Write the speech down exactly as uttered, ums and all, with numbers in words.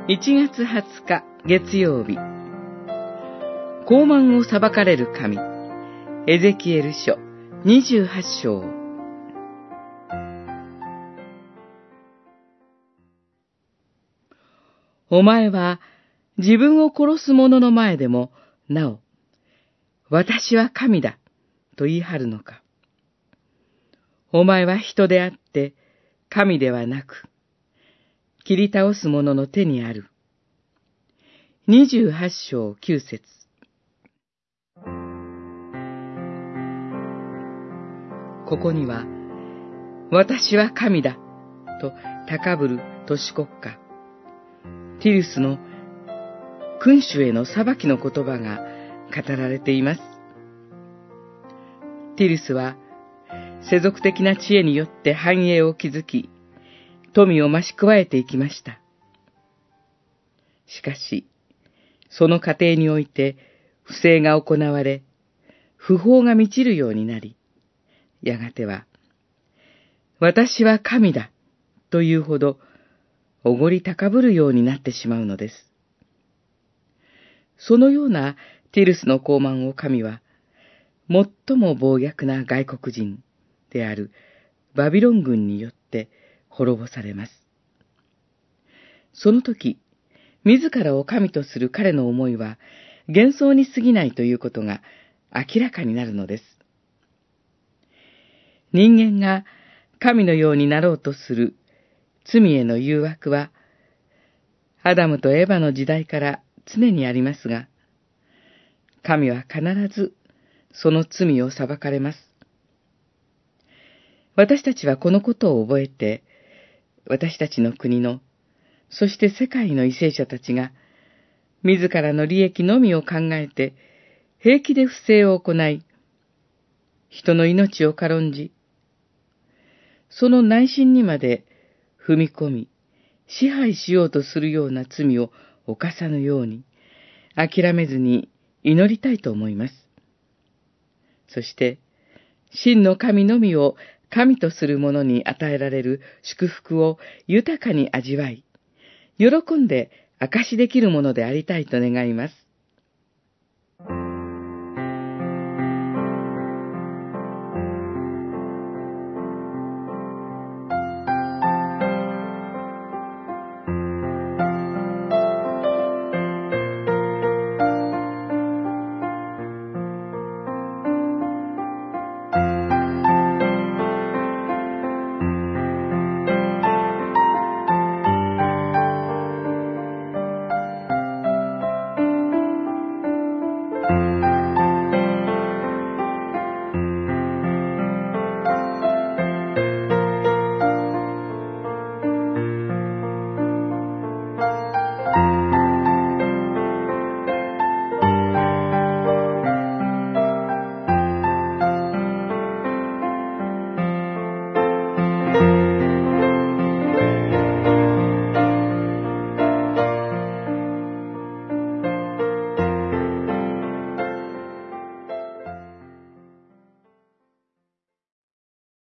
いちがつはつか月曜日、傲慢を裁かれる神、エゼキエル書にじゅうはち章。お前は自分を殺す者の前でもなお、私は神だと言い張るのか。お前は人であって神ではなく、切り倒す者の手にある。にじゅうはち章きゅう節。ここには、私は神だと高ぶる都市国家、ティルスの君主への裁きの言葉が語られています。ティルスは世俗的な知恵によって繁栄を築き、富を増し加えていきました。しかし、その過程において不正が行われ、不法が満ちるようになり、やがては、私は神だというほど、おごり高ぶるようになってしまうのです。そのようなティルスの傲慢を神は、最も暴虐な外国人であるバビロン軍によって滅ぼされます。その時、自らを神とする彼の思いは幻想に過ぎないということが明らかになるのです。人間が神のようになろうとする罪への誘惑は、アダムとエヴァの時代から常にありますが、神は必ずその罪を裁かれます。私たちはこのことを覚えて、私たちの国の、そして世界の為政者たちが、自らの利益のみを考えて、平気で不正を行い、人の命を軽んじ、その内心にまで踏み込み、支配しようとするような罪を犯さぬように、諦めずに祈りたいと思います。そして、真の神のみを神とする者に与えられる祝福を豊かに味わい、喜んで証しできるものでありたいと願います。